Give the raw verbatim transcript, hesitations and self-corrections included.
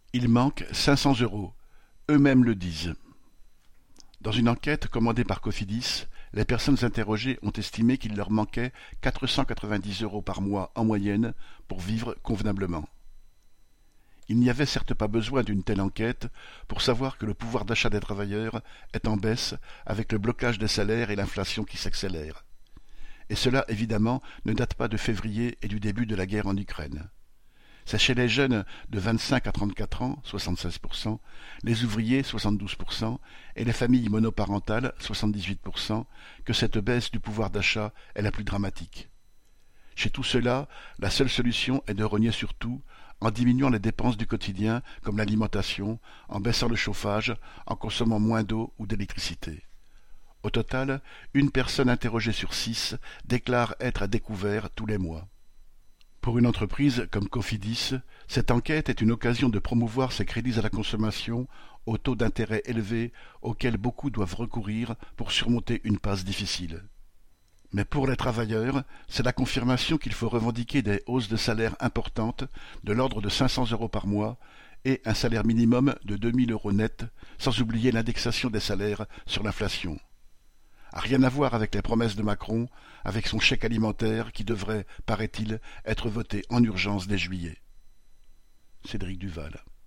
Il manque cinq cents euros, eux-mêmes le disent. Dans une enquête commandée par Cofidis, les personnes interrogées ont estimé qu'il leur manquait quatre cent quatre-vingt-dix euros par mois en moyenne pour vivre convenablement. Il n'y avait certes pas besoin d'une telle enquête pour savoir que le pouvoir d'achat des travailleurs est en baisse avec le blocage des salaires et l'inflation qui s'accélère. Et cela, évidemment, ne date pas de février et du début de la guerre en Ukraine. C'est chez les jeunes de vingt-cinq à trente-quatre ans, soixante-seize pour cent, les ouvriers, soixante-douze pour cent, et les familles monoparentales, soixante-dix-huit pour cent, que cette baisse du pouvoir d'achat est la plus dramatique. Chez tout cela, la seule solution est de rogner sur tout, en diminuant les dépenses du quotidien comme l'alimentation, en baissant le chauffage, en consommant moins d'eau ou d'électricité. Au total, une personne interrogée sur six déclare être à découvert tous les mois. Pour une entreprise comme Cofidis, cette enquête est une occasion de promouvoir ses crédits à la consommation au taux d'intérêt élevé auquel beaucoup doivent recourir pour surmonter une passe difficile. Mais pour les travailleurs, c'est la confirmation qu'il faut revendiquer des hausses de salaire importantes de l'ordre de cinq cents euros par mois et un salaire minimum de deux mille euros net, sans oublier l'indexation des salaires sur l'inflation. A rien à voir avec les promesses de Macron, avec son chèque alimentaire qui devrait, paraît-il, être voté en urgence dès juillet. Cédric Duval.